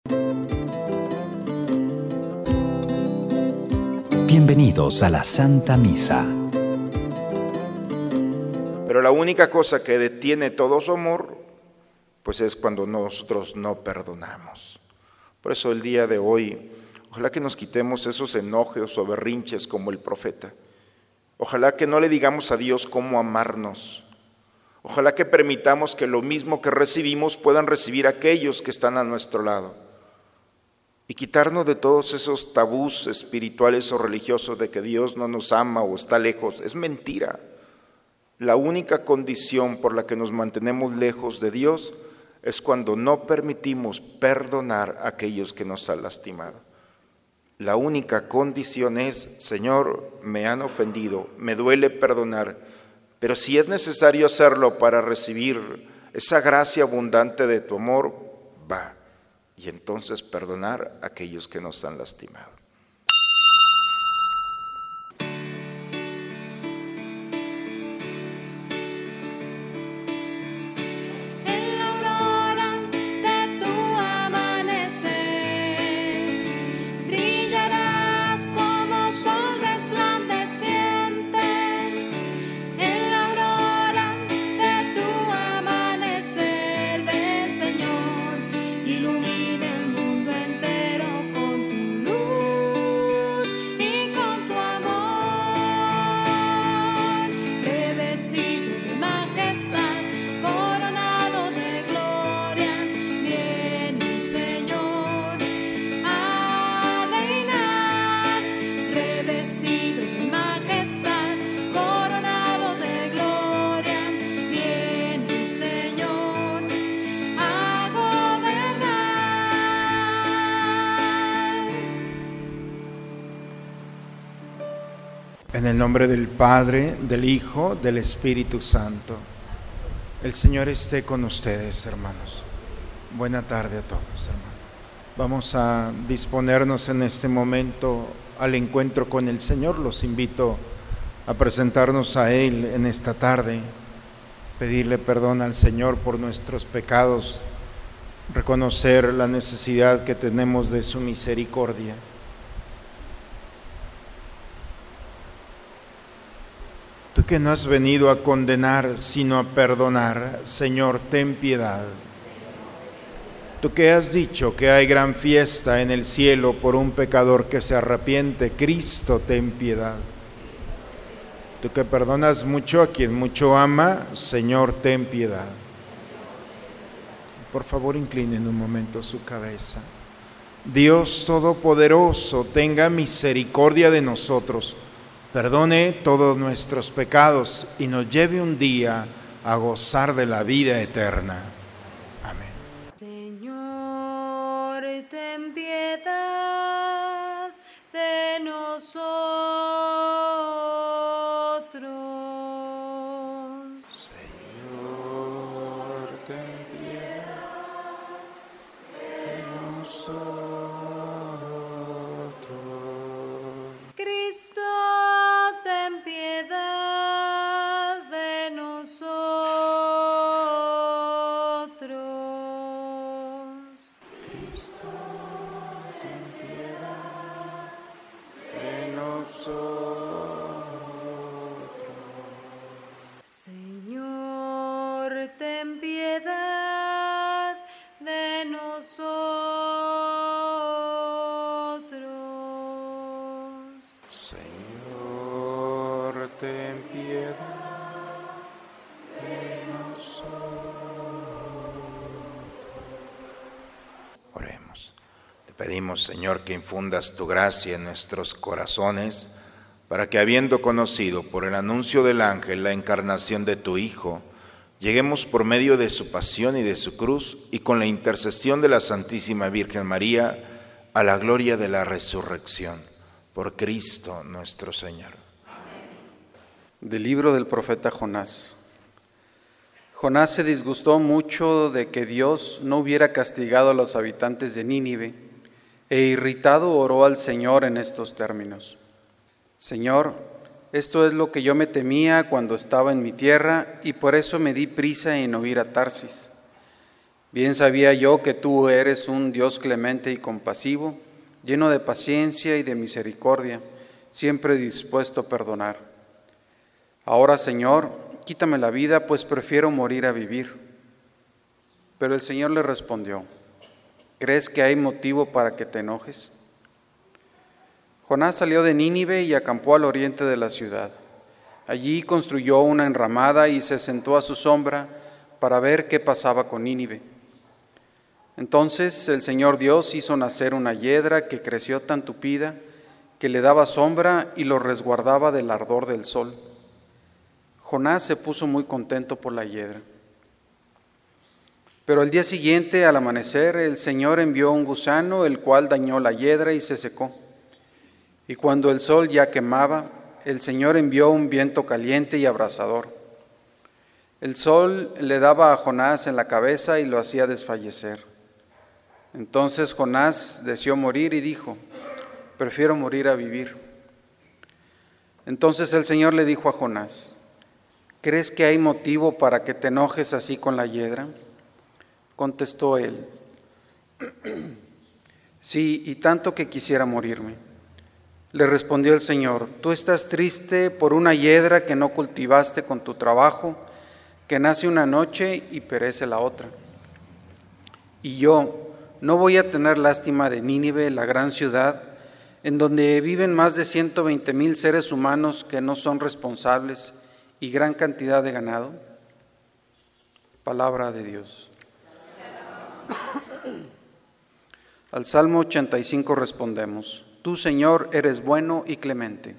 Bienvenidos a la Santa Misa. Pero la única cosa que detiene todo su amor, pues es cuando nosotros no perdonamos. Por eso el día de hoy, ojalá que nos quitemos esos enojos o berrinches como el profeta. Ojalá que no le digamos a Dios cómo amarnos. Ojalá que permitamos que lo mismo que recibimos puedan recibir aquellos que están a nuestro lado. Y quitarnos de todos esos tabús espirituales o religiosos de que Dios no nos ama o está lejos. Es mentira. La única condición por la que nos mantenemos lejos de Dios es cuando no permitimos perdonar a aquellos que nos han lastimado. La única condición es: Señor, me han ofendido, me duele perdonar, pero si es necesario hacerlo para recibir esa gracia abundante de tu amor, va. Y entonces perdonar a aquellos que nos han lastimado. En el nombre del Padre, del Hijo, del Espíritu Santo. El Señor esté con ustedes, hermanos. Buena tarde a todos, hermanos. Vamos a disponernos en este momento al encuentro con el Señor. Los invito a presentarnos a Él en esta tarde, pedirle perdón al Señor por nuestros pecados, reconocer la necesidad que tenemos de su misericordia. Tú que no has venido a condenar, sino a perdonar, Señor, ten piedad. Tú que has dicho que hay gran fiesta en el cielo por un pecador que se arrepiente, Cristo, ten piedad. Tú que perdonas mucho a quien mucho ama, Señor, ten piedad. Por favor, inclinen un momento su cabeza. Dios Todopoderoso, tenga misericordia de nosotros, perdone todos nuestros pecados y nos lleve un día a gozar de la vida eterna. Amén. Señor, ten piedad de nosotros. Señor, ten piedad de nosotros. Cristo, ten piedad de nosotros. Cristo, ten piedad de nosotros. Señor, ten piedad de nosotros. Señor, ten piedad de nosotros. Oremos. Te pedimos, Señor, que infundas tu gracia en nuestros corazones, para que, habiendo conocido por el anuncio del ángel la encarnación de tu Hijo, lleguemos por medio de su pasión y de su cruz, y con la intercesión de la Santísima Virgen María, a la gloria de la resurrección. Por Cristo nuestro Señor. Del libro del profeta Jonás. Jonás se disgustó mucho de que Dios no hubiera castigado a los habitantes de Nínive, e irritado oró al Señor en estos términos: Señor, esto es lo que yo me temía cuando estaba en mi tierra, y por eso me di prisa en huir a Tarsis. Bien sabía yo que tú eres un Dios clemente y compasivo, lleno de paciencia y de misericordia, siempre dispuesto a perdonar. Ahora, Señor, quítame la vida, pues prefiero morir a vivir. Pero el Señor le respondió: ¿crees que hay motivo para que te enojes? Jonás salió de Nínive y acampó al oriente de la ciudad. Allí construyó una enramada y se sentó a su sombra para ver qué pasaba con Nínive. Entonces el Señor Dios hizo nacer una hiedra que creció tan tupida que le daba sombra y lo resguardaba del ardor del sol. Jonás se puso muy contento por la hiedra. Pero al día siguiente, al amanecer, el Señor envió un gusano, el cual dañó la hiedra y se secó. Y cuando el sol ya quemaba, el Señor envió un viento caliente y abrasador. El sol le daba a Jonás en la cabeza y lo hacía desfallecer. Entonces Jonás deseó morir y dijo: prefiero morir a vivir. Entonces el Señor le dijo a Jonás: ¿crees que hay motivo para que te enojes así con la hiedra? Contestó él: sí, y tanto que quisiera morirme. Le respondió el Señor: tú estás triste por una hiedra que no cultivaste con tu trabajo, que nace una noche y perece la otra. Y yo no voy a tener lástima de Nínive, la gran ciudad, en donde viven más de 120,000 seres humanos que no son responsables y gran cantidad de ganado. Palabra de Dios. Al Salmo 85 respondemos: tú, Señor, eres bueno y clemente.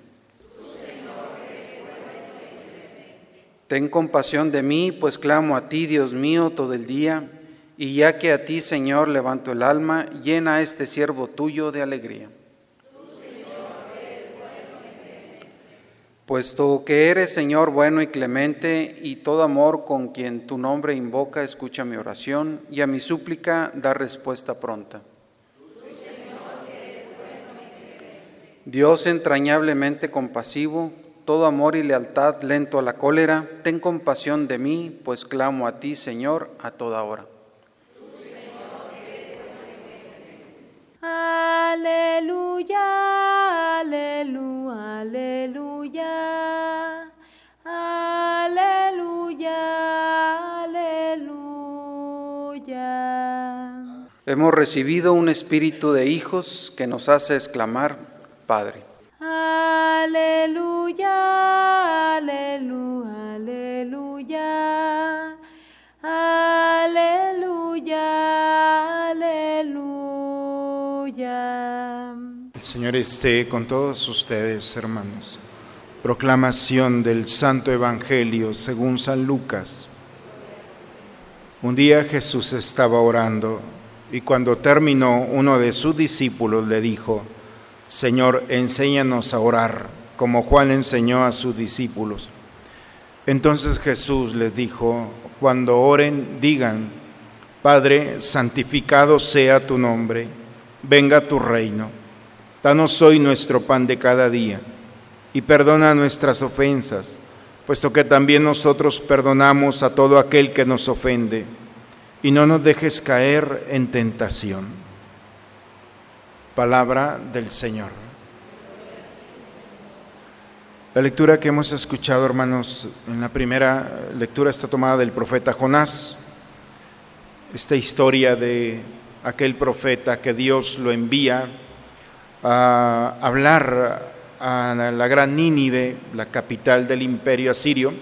Ten compasión de mí, pues clamo a ti, Dios mío, todo el día, y ya que a ti, Señor, levanto el alma, llena a este siervo tuyo de alegría. Puesto que eres, Señor, bueno y clemente, y todo amor con quien tu nombre invoca, escucha mi oración, y a mi súplica da respuesta pronta. Dios entrañablemente compasivo, todo amor y lealtad lento a la cólera, ten compasión de mí, pues clamo a ti, Señor, a toda hora. Aleluya, aleluya, aleluya, aleluya, aleluya. Hemos recibido un espíritu de hijos que nos hace exclamar: Padre. Aleluya, aleluya, aleluya, aleluya, aleluya. El Señor esté con todos ustedes, hermanos. Proclamación del Santo Evangelio según San Lucas. Un día Jesús estaba orando y cuando terminó, uno de sus discípulos le dijo: Señor, enséñanos a orar, como Juan enseñó a sus discípulos. Entonces Jesús les dijo: cuando oren, digan: Padre, santificado sea tu nombre, venga tu reino. Danos hoy nuestro pan de cada día, y perdona nuestras ofensas, puesto que también nosotros perdonamos a todo aquel que nos ofende, y no nos dejes caer en tentación. Palabra del Señor. La lectura que hemos escuchado, hermanos, en la primera lectura está tomada del profeta Jonás. Esta historia de aquel profeta que Dios lo envía a hablar a la gran Nínive, la capital del imperio asirio.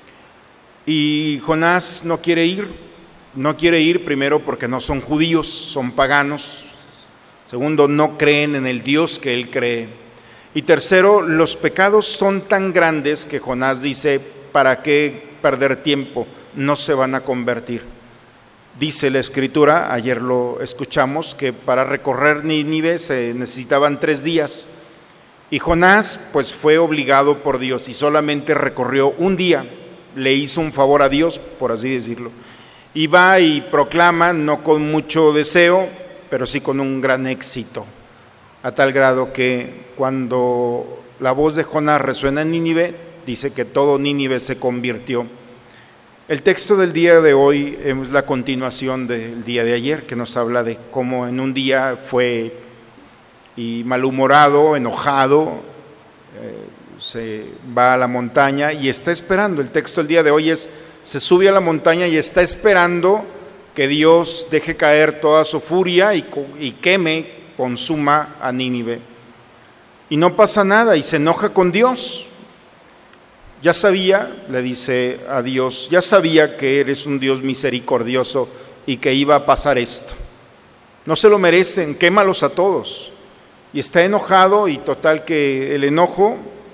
Y Jonás no quiere ir primero porque no son judíos, son paganos. Segundo, no creen en el Dios que él cree. Y tercero, los pecados son tan grandes que Jonás dice: ¿para qué perder tiempo? No se van a convertir. Dice la Escritura, ayer lo escuchamos, que para recorrer Nínive se necesitaban 3 días. Y Jonás pues fue obligado por Dios y solamente recorrió un día. Le hizo un favor a Dios, por así decirlo. Y va y proclama, no con mucho deseo, pero sí con un gran éxito, a tal grado que cuando la voz de Jonás resuena en Nínive, dice que todo Nínive se convirtió. El texto del día de hoy es la continuación del día de ayer, que nos habla de cómo en un día fue y malhumorado, enojado, se va a la montaña y está esperando. El texto del día de hoy es, se sube a la montaña y está esperando que Dios deje caer toda su furia y queme, consuma a Nínive. Y no pasa nada y se enoja con Dios. Ya sabía, le dice a Dios, ya sabía que eres un Dios misericordioso y que iba a pasar esto. No se lo merecen, quémalos a todos. Y está enojado y total que el enojo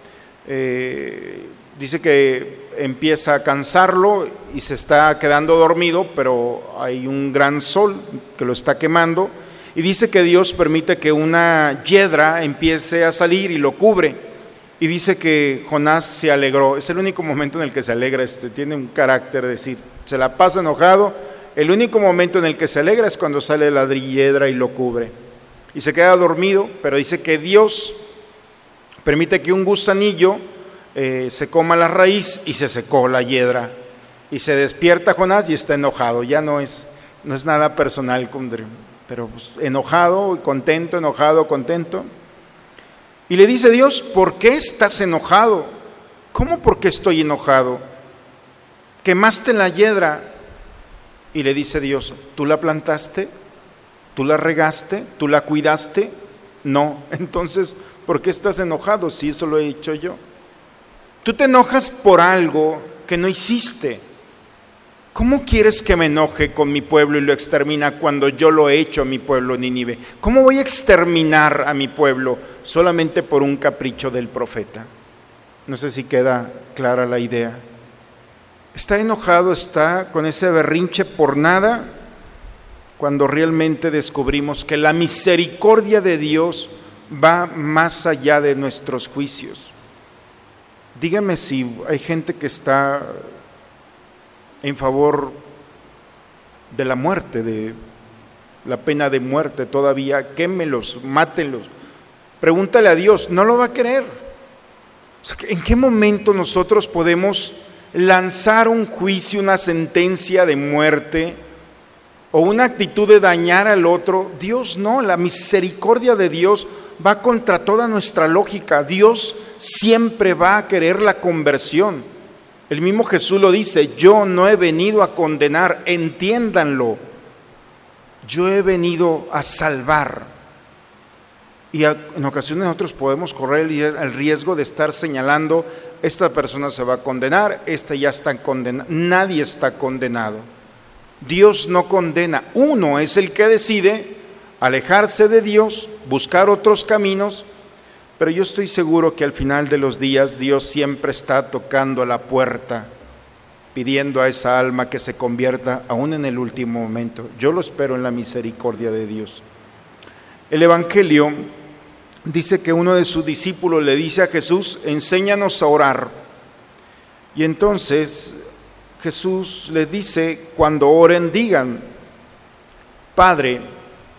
dice que empieza a cansarlo y se está quedando dormido, pero hay un gran sol que lo está quemando y dice que Dios permite que una hiedra empiece a salir y lo cubre. Y dice que Jonás se alegró. Es el único momento en el que se alegra. Tiene un carácter de decir, se la pasa enojado. El único momento en el que se alegra es cuando sale la hiedra y lo cubre. Y se queda dormido, pero dice que Dios permite que un gusanillo se coma la raíz y se secó la hiedra. Y se despierta Jonás y está enojado. Ya no es nada personal, pero pues, enojado, contento. Y le dice Dios, ¿por qué estás enojado? ¿Cómo por qué estoy enojado? Quemaste la hiedra. Y le dice Dios, ¿tú la plantaste? ¿Tú la regaste? ¿Tú la cuidaste? No. Entonces, ¿por qué estás enojado si eso lo he hecho yo? Tú te enojas por algo que no hiciste. ¿Cómo quieres que me enoje con mi pueblo y lo extermina cuando yo lo he hecho a mi pueblo Nínive? ¿Cómo voy a exterminar a mi pueblo solamente por un capricho del profeta? No sé si queda clara la idea. Está enojado, está con ese berrinche por nada, cuando realmente descubrimos que la misericordia de Dios va más allá de nuestros juicios. Dígame si hay gente que está en favor de la muerte, de la pena de muerte todavía, quémelos, mátenlos. Pregúntale a Dios, no lo va a querer. O sea, ¿en qué momento nosotros podemos lanzar un juicio, una sentencia de muerte o una actitud de dañar al otro? Dios no, la misericordia de Dios va contra toda nuestra lógica. Dios siempre va a querer la conversión. El mismo Jesús lo dice, yo no he venido a condenar, entiéndanlo. Yo he venido a salvar. Y en ocasiones nosotros podemos correr el riesgo de estar señalando, esta persona se va a condenar, esta ya está condenada. Nadie está condenado. Dios no condena. Uno es el que decide alejarse de Dios, buscar otros caminos. Pero yo estoy seguro que al final de los días Dios siempre está tocando a la puerta, pidiendo a esa alma que se convierta aún en el último momento. Yo lo espero en la misericordia de Dios. El Evangelio dice que uno de sus discípulos le dice a Jesús, enséñanos a orar. Y entonces Jesús les dice, cuando oren digan, Padre.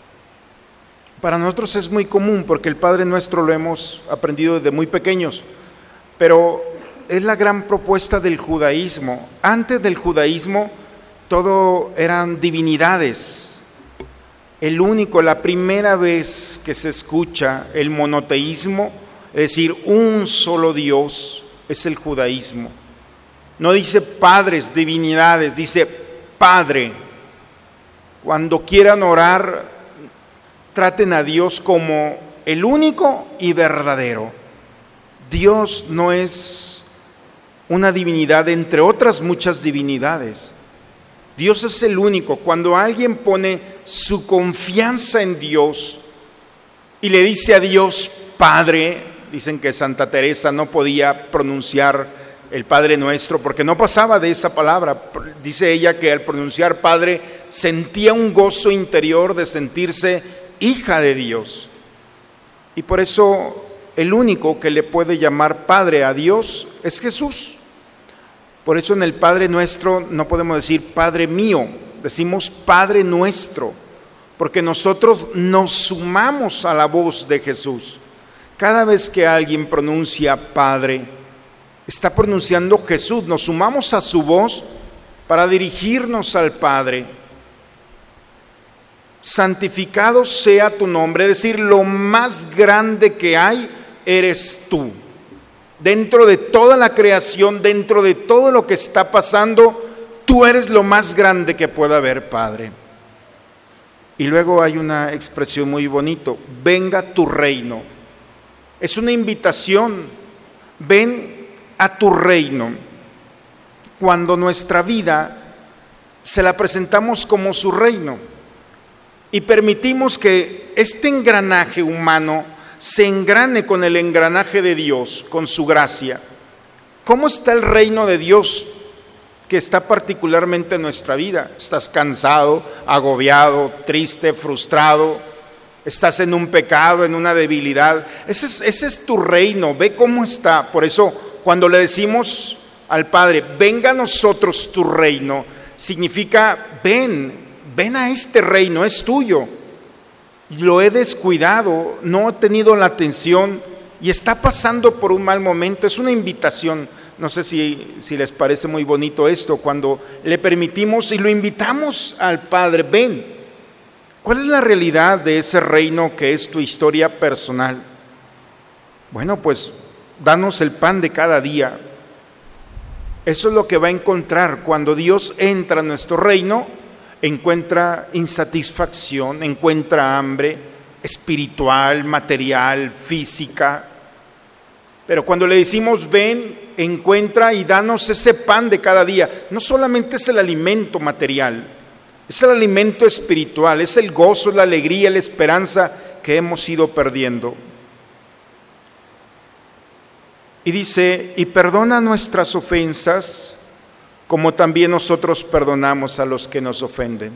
Para nosotros es muy común porque el Padre Nuestro lo hemos aprendido desde muy pequeños, pero es la gran propuesta del judaísmo. Antes del judaísmo todo eran divinidades. La primera vez que se escucha el monoteísmo, es decir, un solo Dios, es el judaísmo. No dice padres, divinidades, dice Padre. Cuando quieran orar, traten a Dios como el único y verdadero. Dios no es una divinidad entre otras muchas divinidades. Dios es el único. Cuando alguien pone su confianza en Dios y le dice a Dios Padre, dicen que Santa Teresa no podía pronunciar el Padre Nuestro porque no pasaba de esa palabra. Dice ella que al pronunciar Padre sentía un gozo interior de sentirse hija de Dios. Y por eso el único que le puede llamar Padre a Dios es Jesús. Por eso en el Padre Nuestro no podemos decir Padre mío, decimos Padre Nuestro, porque nosotros nos sumamos a la voz de Jesús. Cada vez que alguien pronuncia Padre, está pronunciando Jesús, nos sumamos a su voz para dirigirnos al Padre. Santificado sea tu nombre, es decir, lo más grande que hay eres tú. Dentro de toda la creación, dentro de todo lo que está pasando, tú eres lo más grande que pueda haber, Padre. Y luego hay una expresión muy bonito: venga tu reino. Es una invitación, ven a tu reino. Cuando nuestra vida se la presentamos como su reino y permitimos que este engranaje humano se engrane con el engranaje de Dios, con su gracia. ¿Cómo está el reino de Dios que está particularmente en nuestra vida? ¿Estás cansado, agobiado, triste, frustrado? ¿Estás en un pecado, en una debilidad? Ese es tu reino, ve cómo está. Por eso cuando le decimos al Padre, venga a nosotros tu reino, significa ven a este reino, es tuyo. Lo he descuidado, no he tenido la atención y está pasando por un mal momento. Es una invitación. No sé si les parece muy bonito esto, cuando le permitimos y lo invitamos al Padre, ven. ¿Cuál es la realidad de ese reino que es tu historia personal? Bueno, pues danos el pan de cada día. Eso es lo que va a encontrar cuando Dios entra a nuestro reino. Encuentra insatisfacción, encuentra hambre espiritual, material, física. Pero cuando le decimos ven, encuentra y danos ese pan de cada día. No solamente es el alimento material, es el alimento espiritual, es el gozo, la alegría, la esperanza que hemos ido perdiendo. Y dice, y perdona nuestras ofensas, como también nosotros perdonamos a los que nos ofenden.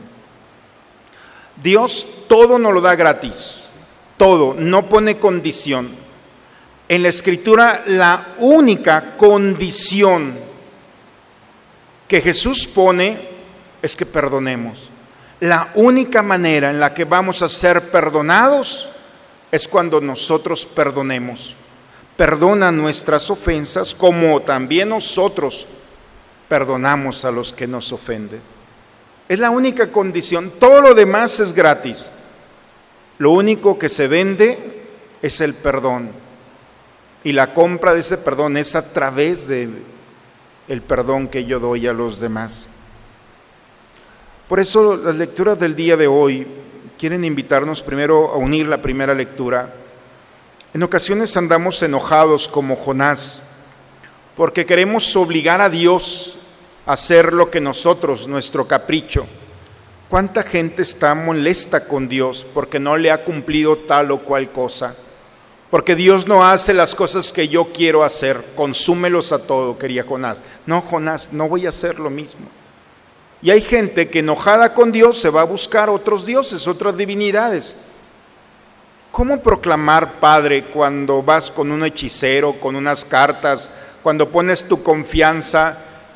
Dios todo nos lo da gratis, todo, no pone condición. En la Escritura, la única condición que Jesús pone es que perdonemos. La única manera en la que vamos a ser perdonados es cuando nosotros perdonemos. Perdona nuestras ofensas, como también nosotros perdonamos a los que nos ofenden. Es la única condición. Todo lo demás es gratis. Lo único que se vende es el perdón. Y la compra de ese perdón es a través de el perdón que yo doy a los demás. Por eso las lecturas del día de hoy quieren invitarnos primero a unir la primera lectura. En ocasiones andamos enojados como Jonás, porque queremos obligar a Dios a hacer lo que nosotros, nuestro capricho. ¿Cuánta gente está molesta con Dios porque no le ha cumplido tal o cual cosa? Porque Dios no hace las cosas que yo quiero hacer, consúmelos a todo, quería Jonás. No, Jonás, no voy a hacer lo mismo. Y hay gente que enojada con Dios se va a buscar otros dioses, otras divinidades. ¿Cómo proclamar, Padre, cuando vas con un hechicero, con unas cartas, cuando pones tu confianza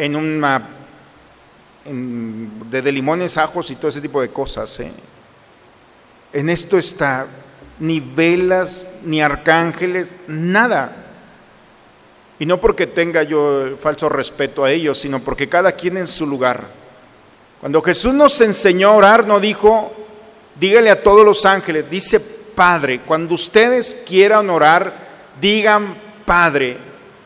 de limones, ajos y todo ese tipo de cosas? En esto está, ni velas, ni arcángeles, nada. Y no porque tenga yo falso respeto a ellos, sino porque cada quien en su lugar. Cuando Jesús nos enseñó a orar, no dijo, dígale a todos los ángeles, dice Padre. Cuando ustedes quieran orar, digan Padre.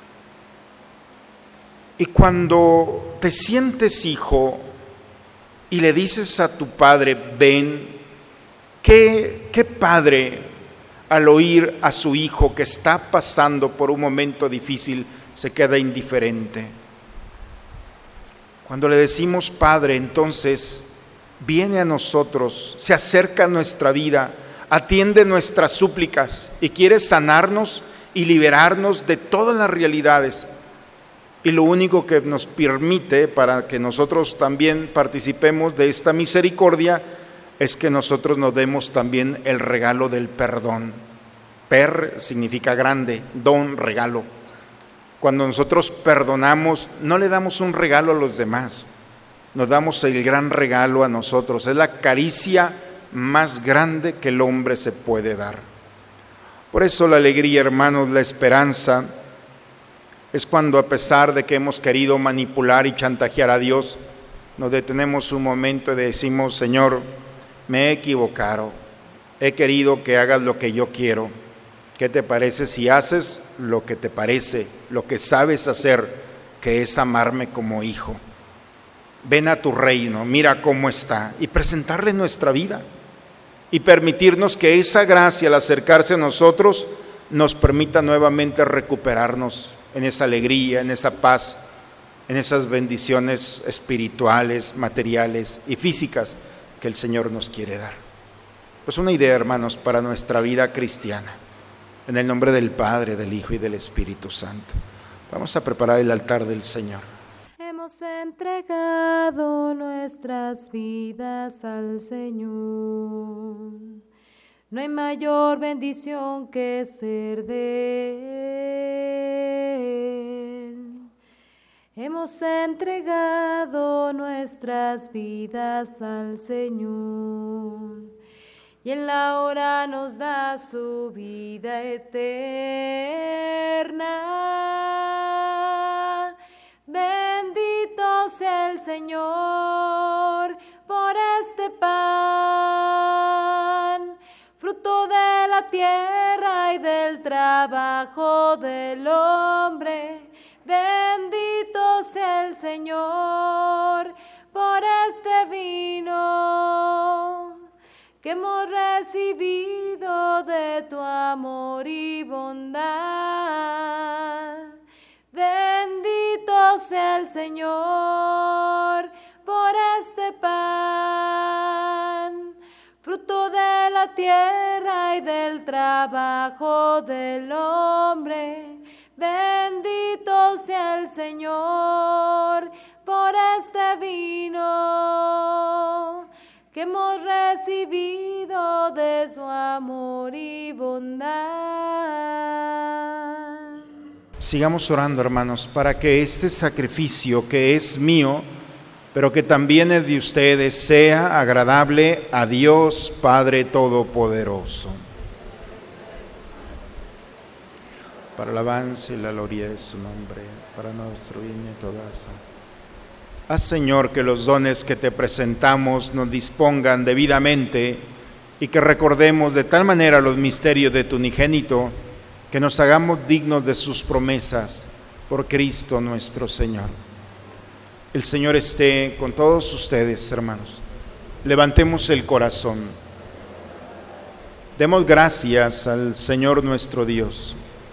Y cuando te sientes hijo y le dices a tu padre, ven, ¿qué padre al oír a su hijo que está pasando por un momento difícil se queda indiferente? Cuando le decimos Padre, entonces viene a nosotros, se acerca a nuestra vida, atiende nuestras súplicas y quiere sanarnos y liberarnos de todas las realidades. Y lo único que nos permite para que nosotros también participemos de esta misericordia es que nosotros nos demos también el regalo del perdón. Per significa grande, don, regalo. Cuando nosotros perdonamos, no le damos un regalo a los demás, nos damos el gran regalo a nosotros. Es la caricia más grande que el hombre se puede dar. Por eso la alegría, hermanos, la esperanza, es cuando, a pesar de que hemos querido manipular y chantajear a Dios, nos detenemos un momento y decimos: Señor, me he equivocado, he querido que hagas lo que yo quiero. ¿Qué te parece si haces lo que te parece, lo que sabes hacer, que es amarme como hijo? Ven a tu reino, mira cómo está, y presentarle nuestra vida y permitirnos que esa gracia, al acercarse a nosotros, nos permita nuevamente recuperarnos en esa alegría, en esa paz, en esas bendiciones espirituales, materiales y físicas que el Señor nos quiere dar. Pues una idea, hermanos, para nuestra vida cristiana. En el nombre del Padre, del Hijo y del Espíritu Santo. Vamos a preparar el altar del Señor. Hemos entregado nuestras vidas al Señor. No hay mayor bendición que ser de Él. Hemos entregado nuestras vidas al Señor, y en la hora nos da su vida eterna. Bendito sea el Señor por este pan, fruto de la tierra y del trabajo del hombre. Bendito sea el Señor por este vino que hemos recibido de tu amor y bondad. Bendito sea el Señor por este pan, fruto de la tierra y del trabajo del hombre. Bendito sea el Señor por este vino que hemos recibido de su amor y bondad. Sigamos orando, hermanos, para que este sacrificio que es mío, pero que también es de ustedes, sea agradable a Dios Padre Todopoderoso. Para la alabanza y la gloria de su nombre, para nuestro bien y toda esa. Haz, Señor, que los dones que te presentamos nos dispongan debidamente y que recordemos de tal manera los misterios de tu unigénito, que nos hagamos dignos de sus promesas por Cristo nuestro Señor. El Señor esté con todos ustedes, hermanos. Levantemos el corazón. Demos gracias al Señor nuestro Dios.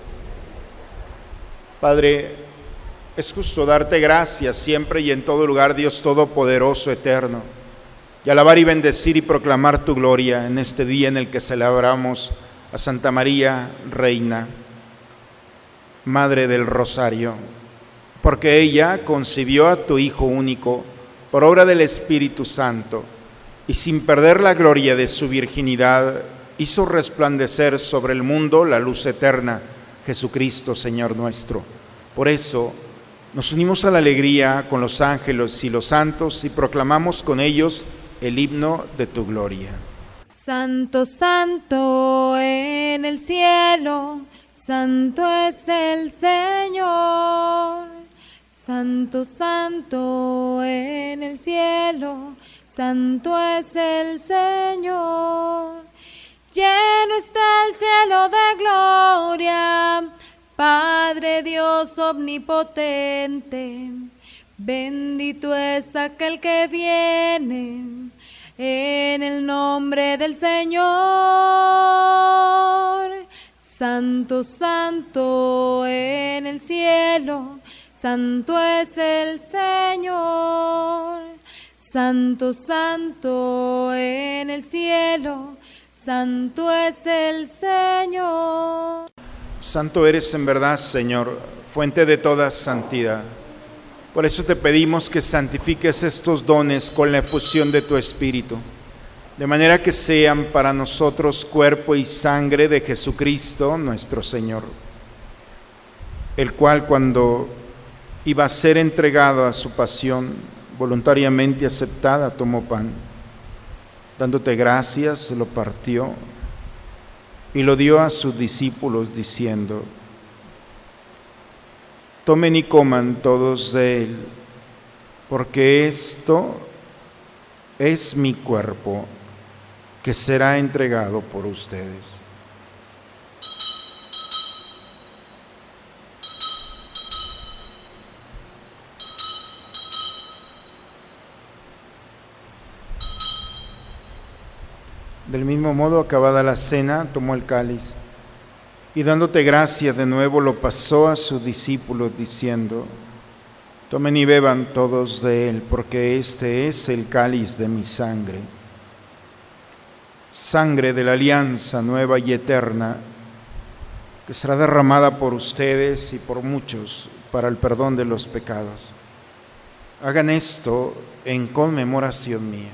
Padre, es justo darte gracias siempre y en todo lugar, Dios Todopoderoso, eterno, y alabar y bendecir y proclamar tu gloria en este día en el que celebramos a Santa María, Reina, Madre del Rosario, porque ella concibió a tu Hijo único por obra del Espíritu Santo, y sin perder la gloria de su virginidad, hizo resplandecer sobre el mundo la luz eterna, Jesucristo, Señor nuestro. Por eso nos unimos a la alegría con los ángeles y los santos y proclamamos con ellos el himno de tu gloria. Santo, santo en el cielo, santo es el Señor. Santo, santo en el cielo, santo es el Señor. Lleno está el cielo de gloria, Padre Dios omnipotente. Bendito es aquel que viene en el nombre del Señor. Santo, santo en el cielo, santo es el Señor. Santo, santo en el cielo, santo es el Señor. Santo eres en verdad, Señor, fuente de toda santidad. Por eso te pedimos que santifiques estos dones con la efusión de tu Espíritu, de manera que sean para nosotros cuerpo y sangre de Jesucristo nuestro Señor, el cual, cuando iba a ser entregado a su pasión, voluntariamente aceptada, tomó pan, dándote gracias, se lo partió y lo dio a sus discípulos, diciendo: tomen y coman todos de él, porque esto es mi cuerpo que será entregado por ustedes. Del mismo modo, acabada la cena, tomó el cáliz y dándote gracias de nuevo lo pasó a sus discípulos diciendo: tomen y beban todos de él, porque este es el cáliz de mi sangre, sangre de la alianza nueva y eterna, que será derramada por ustedes y por muchos para el perdón de los pecados. Hagan esto en conmemoración mía.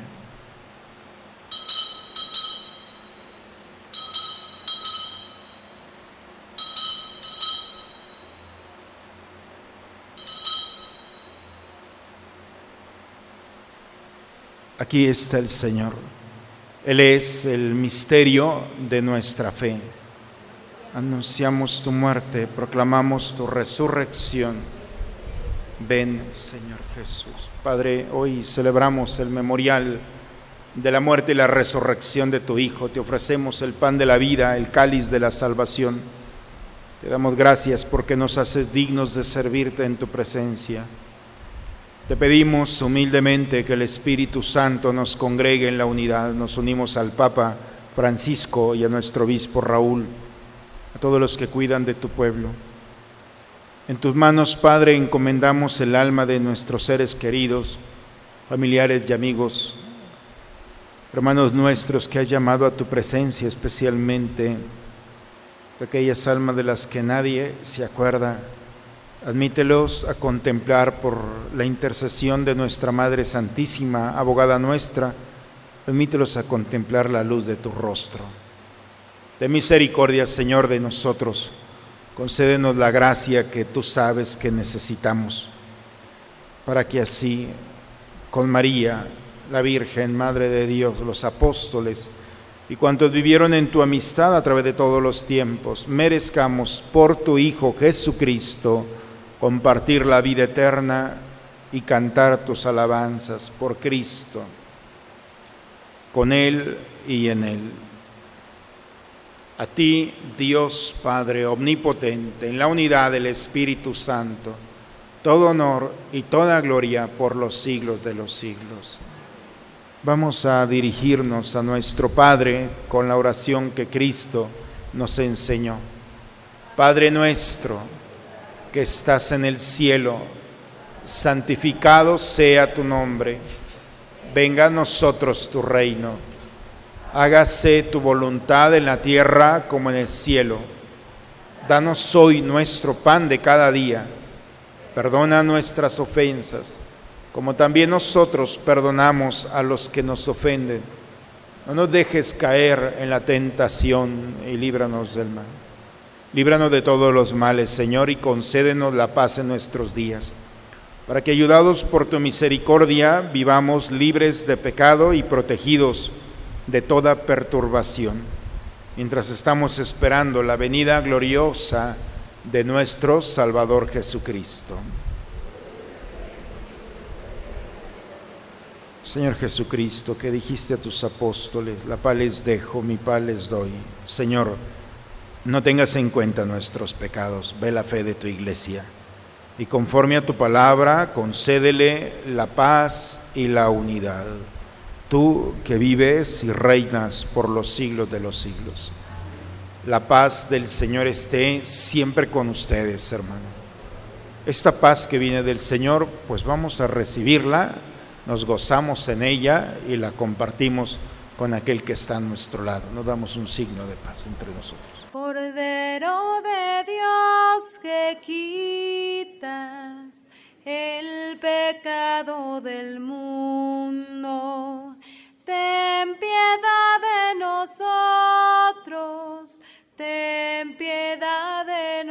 Aquí está el Señor. Él es el misterio de nuestra fe. Anunciamos tu muerte, proclamamos tu resurrección. Ven, Señor Jesús. Padre, hoy celebramos el memorial de la muerte y la resurrección de tu Hijo. Te ofrecemos el pan de la vida, el cáliz de la salvación. Te damos gracias porque nos haces dignos de servirte en tu presencia. Te pedimos humildemente que el Espíritu Santo nos congregue en la unidad. Nos unimos al Papa Francisco y a nuestro obispo Raúl, a todos los que cuidan de tu pueblo. En tus manos, Padre, encomendamos el alma de nuestros seres queridos, familiares y amigos, hermanos nuestros que has llamado a tu presencia, especialmente de aquellas almas de las que nadie se acuerda. Admítelos a contemplar por la intercesión de nuestra Madre Santísima, abogada nuestra, admítelos a contemplar la luz de tu rostro. De misericordia, Señor, de nosotros, concédenos la gracia que tú sabes que necesitamos, para que así, con María, la Virgen, Madre de Dios, los apóstoles y cuantos vivieron en tu amistad a través de todos los tiempos, merezcamos por tu Hijo Jesucristo compartir la vida eterna y cantar tus alabanzas por Cristo, con Él y en Él. A ti, Dios Padre omnipotente, en la unidad del Espíritu Santo, todo honor y toda gloria por los siglos de los siglos. Vamos a dirigirnos a nuestro Padre con la oración que Cristo nos enseñó. Padre nuestro, que estás en el cielo, santificado sea tu nombre. Venga a nosotros tu reino. Hágase tu voluntad en la tierra como en el cielo. Danos hoy nuestro pan de cada día. Perdona nuestras ofensas, como también nosotros perdonamos a los que nos ofenden. No nos dejes caer en la tentación y líbranos del mal. Líbranos de todos los males, Señor, y concédenos la paz en nuestros días, para que, ayudados por tu misericordia, vivamos libres de pecado y protegidos de toda perturbación, mientras estamos esperando la venida gloriosa de nuestro Salvador Jesucristo. Señor Jesucristo, que dijiste a tus apóstoles: la paz les dejo, mi paz les doy. Señor, no tengas en cuenta nuestros pecados, ve la fe de tu iglesia y conforme a tu palabra concédele la paz y la unidad. Tú que vives y reinas por los siglos de los siglos. La paz del Señor esté siempre con ustedes, hermano. Esta paz que viene del Señor, pues vamos a recibirla, nos gozamos en ella y la compartimos con aquel que está a nuestro lado. Nos damos un signo de paz entre nosotros. Cordero de Dios, que quitas el pecado del mundo, ten piedad de nosotros, ten piedad de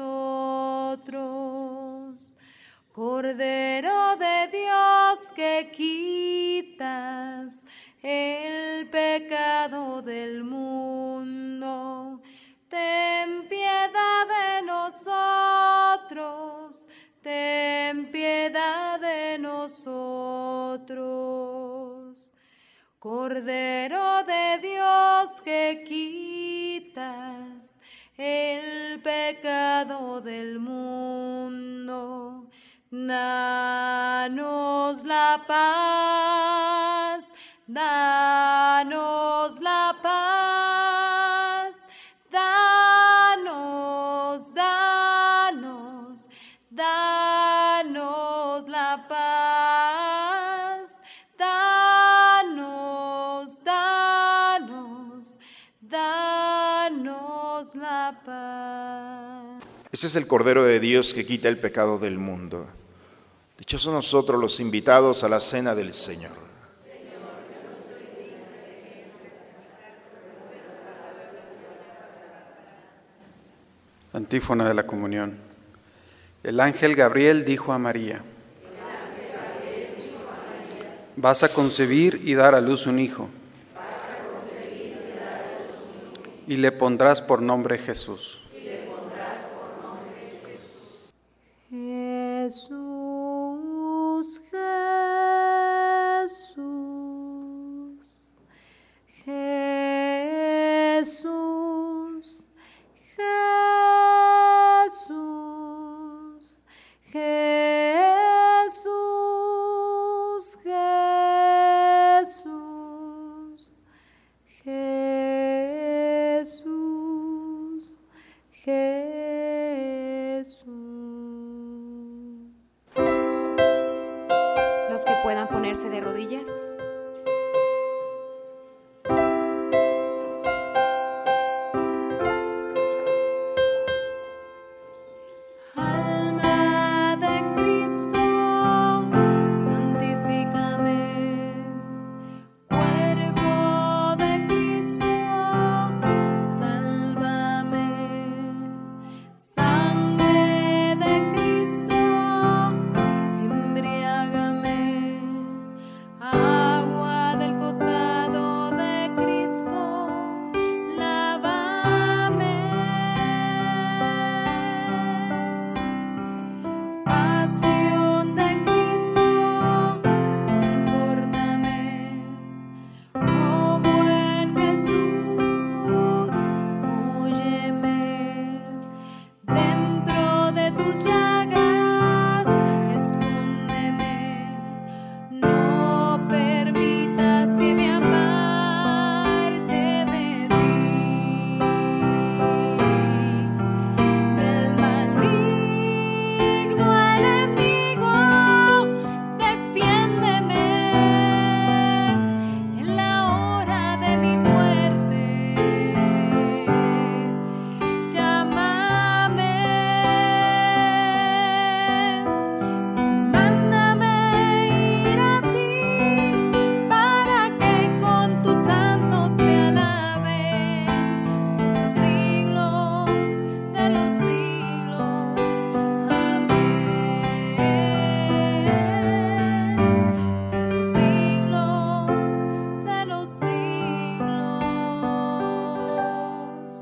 nosotros. Cordero de Dios, que quitas el pecado del mundo, ten piedad de nosotros, ten piedad de nosotros. Cordero de Dios que quitas el pecado del mundo, danos la paz, danos la paz, danos, danos, danos la paz, danos, danos, danos la paz. Este es el Cordero de Dios que quita el pecado del mundo. Dichosos nosotros los invitados a la cena del Señor. Antífona de la comunión. El ángel Gabriel dijo a María: vas a concebir y dar a luz un hijo, y le pondrás por nombre Jesús. Jesús, Jesús, Jesús, Jesús, Jesús, Jesús, Jesús, Jesús. Los que puedan ponerse de rodillas. Alma de Cristo, santifícame. Cuerpo de Cristo, sálvame. Sangre de Cristo, embriágame. Agua del costado de Cristo, lávame. Pasión de Cristo, confórtame. Oh buen Jesús, óyeme. Dentro de tus llagas, escóndeme. No permitas que me aparte de ti. Del maligno enemigo, defiéndeme. En la hora de mi muerte, llámame. Mándame ir a ti, para que con tus santos te alaben por los siglos de los siglos. Amén. Por los siglos de los siglos.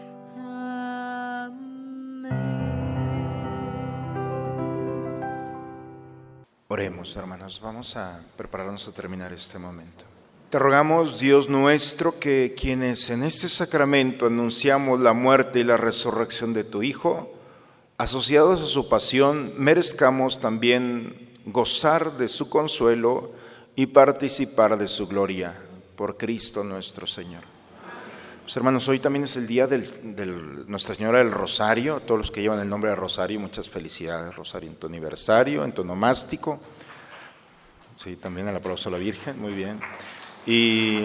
Amén. Oremos, hermanos, vamos a prepararnos a terminar este momento. Te rogamos, Dios nuestro, que quienes en este sacramento anunciamos la muerte y la resurrección de tu Hijo, asociados a su pasión, merezcamos también gozar de su consuelo y participar de su gloria. Por Cristo nuestro Señor. Pues, hermanos, hoy también es el día de Nuestra Señora del Rosario. A todos los que llevan el nombre de Rosario, muchas felicidades, Rosario, en tu aniversario, en tu nomástico. Sí, también el aplauso a la Virgen, muy bien. Y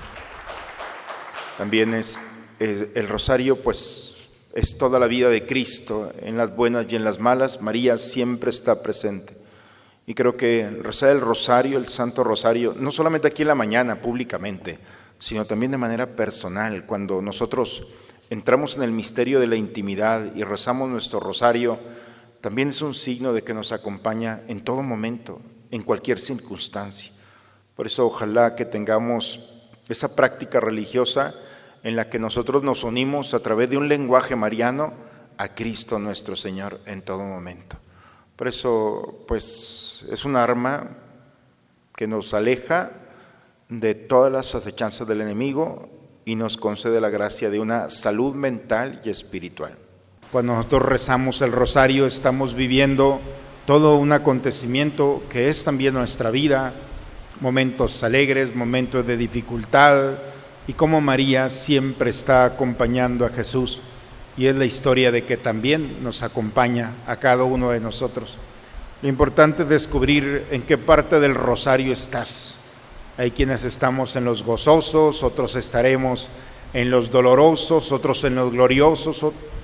también es el Rosario, pues es toda la vida de Cristo, en las buenas y en las malas. María siempre está presente. Y creo que rezar el Rosario, el Santo Rosario, no solamente aquí en la mañana, públicamente, sino también de manera personal, cuando nosotros entramos en el misterio de la intimidad y rezamos nuestro Rosario, también es un signo de que nos acompaña en todo momento, en cualquier circunstancia. Por eso ojalá que tengamos esa práctica religiosa en la que nosotros nos unimos a través de un lenguaje mariano a Cristo nuestro Señor en todo momento. Por eso, pues, es un arma que nos aleja de todas las acechanzas del enemigo y nos concede la gracia de una salud mental y espiritual. Cuando nosotros rezamos el rosario, estamos viviendo todo un acontecimiento que es también nuestra vida, momentos alegres, momentos de dificultad, y como María siempre está acompañando a Jesús, y es la historia de que también nos acompaña a cada uno de nosotros. Lo importante es descubrir en qué parte del rosario estás. Hay quienes estamos en los gozosos, otros estaremos en los dolorosos, otros en los gloriosos.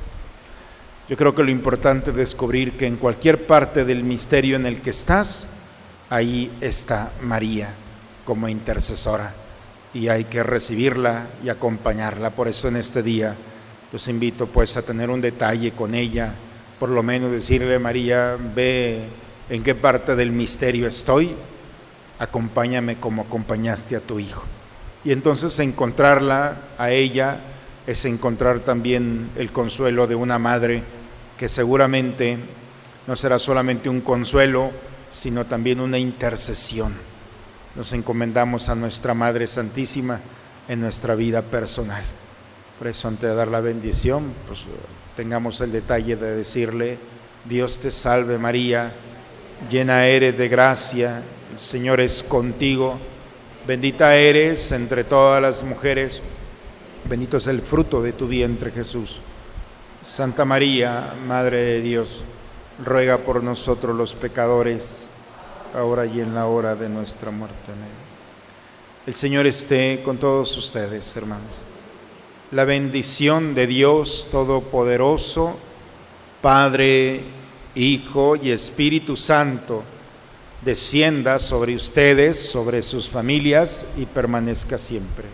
Yo creo que lo importante es descubrir que en cualquier parte del misterio en el que estás, ahí está María como intercesora, y hay que recibirla y acompañarla. Por eso en este día los invito pues a tener un detalle con ella, por lo menos decirle: María, ve en qué parte del misterio estoy, acompáñame como acompañaste a tu hijo. Y entonces encontrarla a ella es encontrar también el consuelo de una madre, que seguramente no será solamente un consuelo, sino también una intercesión. Nos encomendamos a nuestra Madre Santísima en nuestra vida personal. Por eso, antes de dar la bendición, pues tengamos el detalle de decirle: Dios te salve María, llena eres de gracia, el Señor es contigo, bendita eres entre todas las mujeres, bendito es el fruto de tu vientre Jesús. Santa María, Madre de Dios, ruega por nosotros los pecadores, ahora y en la hora de nuestra muerte. Amén. El Señor esté con todos ustedes, hermanos. La bendición de Dios Todopoderoso, Padre, Hijo y Espíritu Santo, descienda sobre ustedes, sobre sus familias y permanezca siempre.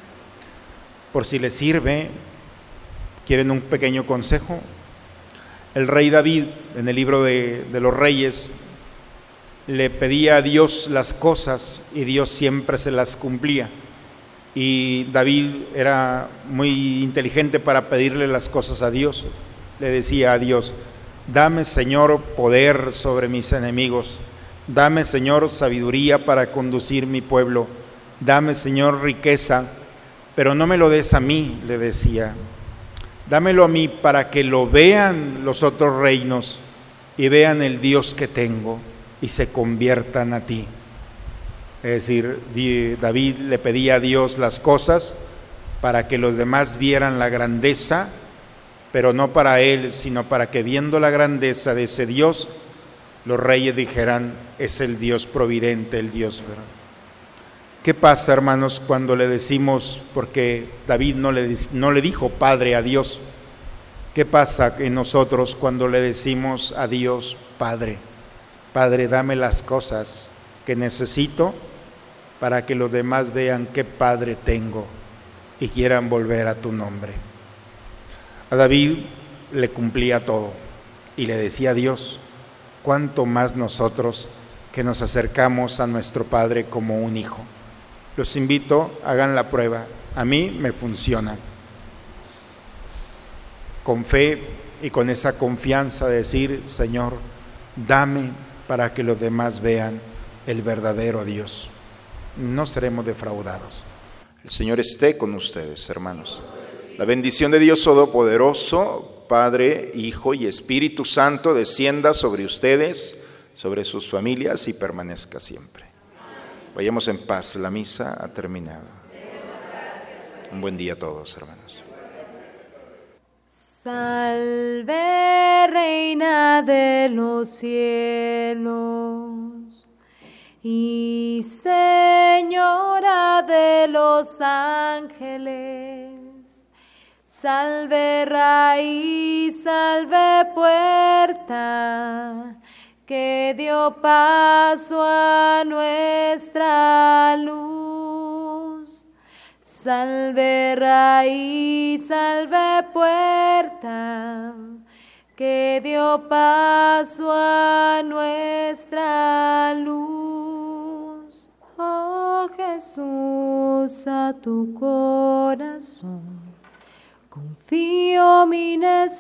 Por si les sirve, ¿quieren un pequeño consejo? El rey David, en el libro de los Reyes, le pedía a Dios las cosas y Dios siempre se las cumplía. Y David era muy inteligente para pedirle las cosas a Dios. Le decía a Dios: dame, Señor, poder sobre mis enemigos. Dame, Señor, sabiduría para conducir mi pueblo. Dame, Señor, riqueza, pero no me lo des a mí, le decía. Dámelo a mí para que lo vean los otros reinos y vean el Dios que tengo y se conviertan a ti. Es decir, David le pedía a Dios las cosas para que los demás vieran la grandeza, pero no para él, sino para que viendo la grandeza de ese Dios, los reyes dijeran: es el Dios providente, el Dios verdadero. ¿Qué pasa, hermanos, cuando le decimos, porque David no le dijo Padre a Dios? ¿Qué pasa en nosotros cuando le decimos a Dios Padre? Padre, dame las cosas que necesito para que los demás vean qué Padre tengo y quieran volver a tu nombre. A David le cumplía todo y le decía a Dios: cuánto más nosotros que nos acercamos a nuestro Padre como un hijo. Los invito, hagan la prueba. A mí me funciona. Con fe y con esa confianza de decir: Señor, dame para que los demás vean el verdadero Dios. No seremos defraudados. El Señor esté con ustedes, hermanos. La bendición de Dios Todopoderoso, Padre, Hijo y Espíritu Santo, descienda sobre ustedes, sobre sus familias y permanezca siempre. Vayamos en paz, la misa ha terminado. Un buen día a todos, hermanos. Salve, Reina de los cielos y Señora de los ángeles. Salve, raíz, salve, puerta, que dio paso a nuestra luz. Salve, raíz, salve, puerta, que dio paso a nuestra luz. Oh Jesús, a tu corazón confío mi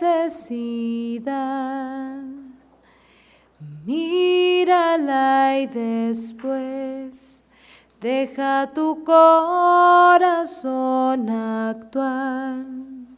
necesidad. Mírala y después deja tu corazón actuar.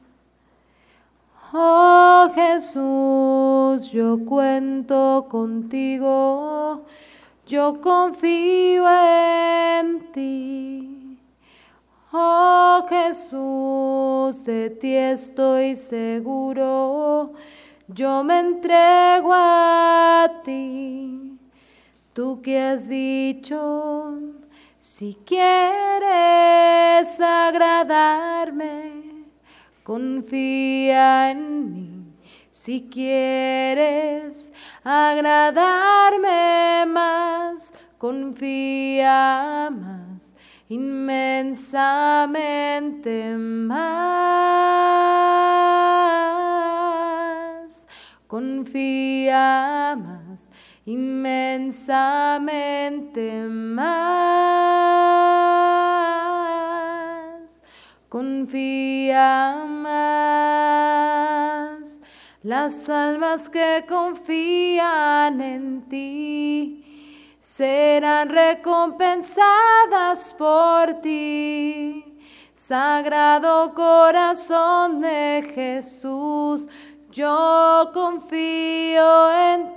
Oh Jesús, yo cuento contigo, yo confío en ti. Oh Jesús, de ti estoy seguro, yo me entrego a ti. Tú que has dicho, si quieres agradarme, confía en mí. Si quieres agradarme más, confía más, inmensamente más. Confía más, inmensamente más. Confía más. Las almas que confían en ti serán recompensadas por ti. Sagrado corazón de Jesús, yo confío en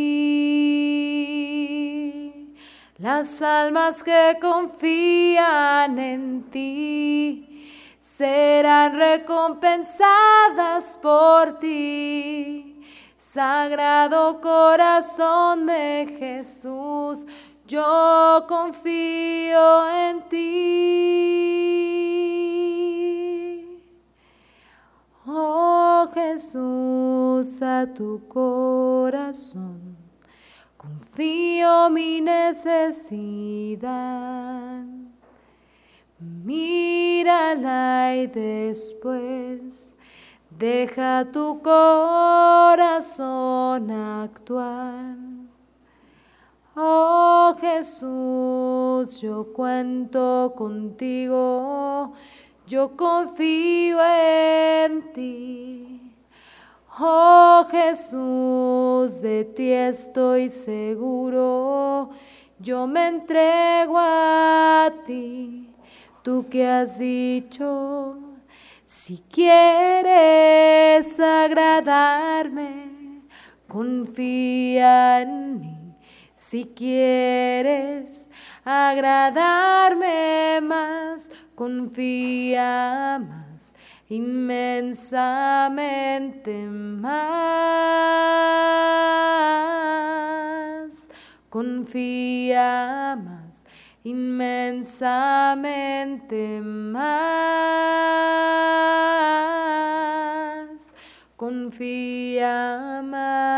ti. Las almas que confían en ti serán recompensadas por ti. Sagrado corazón de Jesús, yo confío en ti. Oh Jesús, a tu corazón confío mi necesidad. Mírala y después deja tu corazón actuar. Oh Jesús, yo cuento contigo, yo confío en ti. Oh Jesús, de ti estoy seguro, yo me entrego a ti. Tú que has dicho, si quieres agradarme, confía en mí. Si quieres agradarme más, confía más, inmensamente más. Confía más, inmensamente más. Confía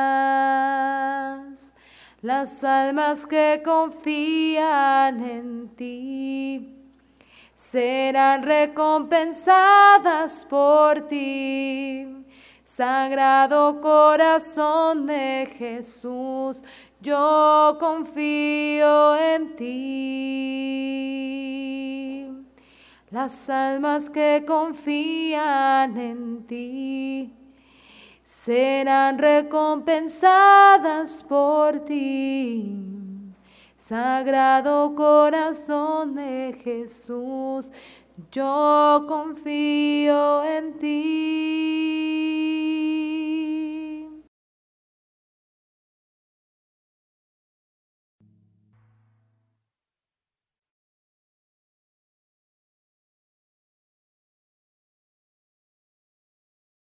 más. Las almas que confían en ti serán recompensadas por ti. Sagrado corazón de Jesús, yo confío en ti. Las almas que confían en ti serán recompensadas por ti. Sagrado corazón de Jesús, yo confío en ti.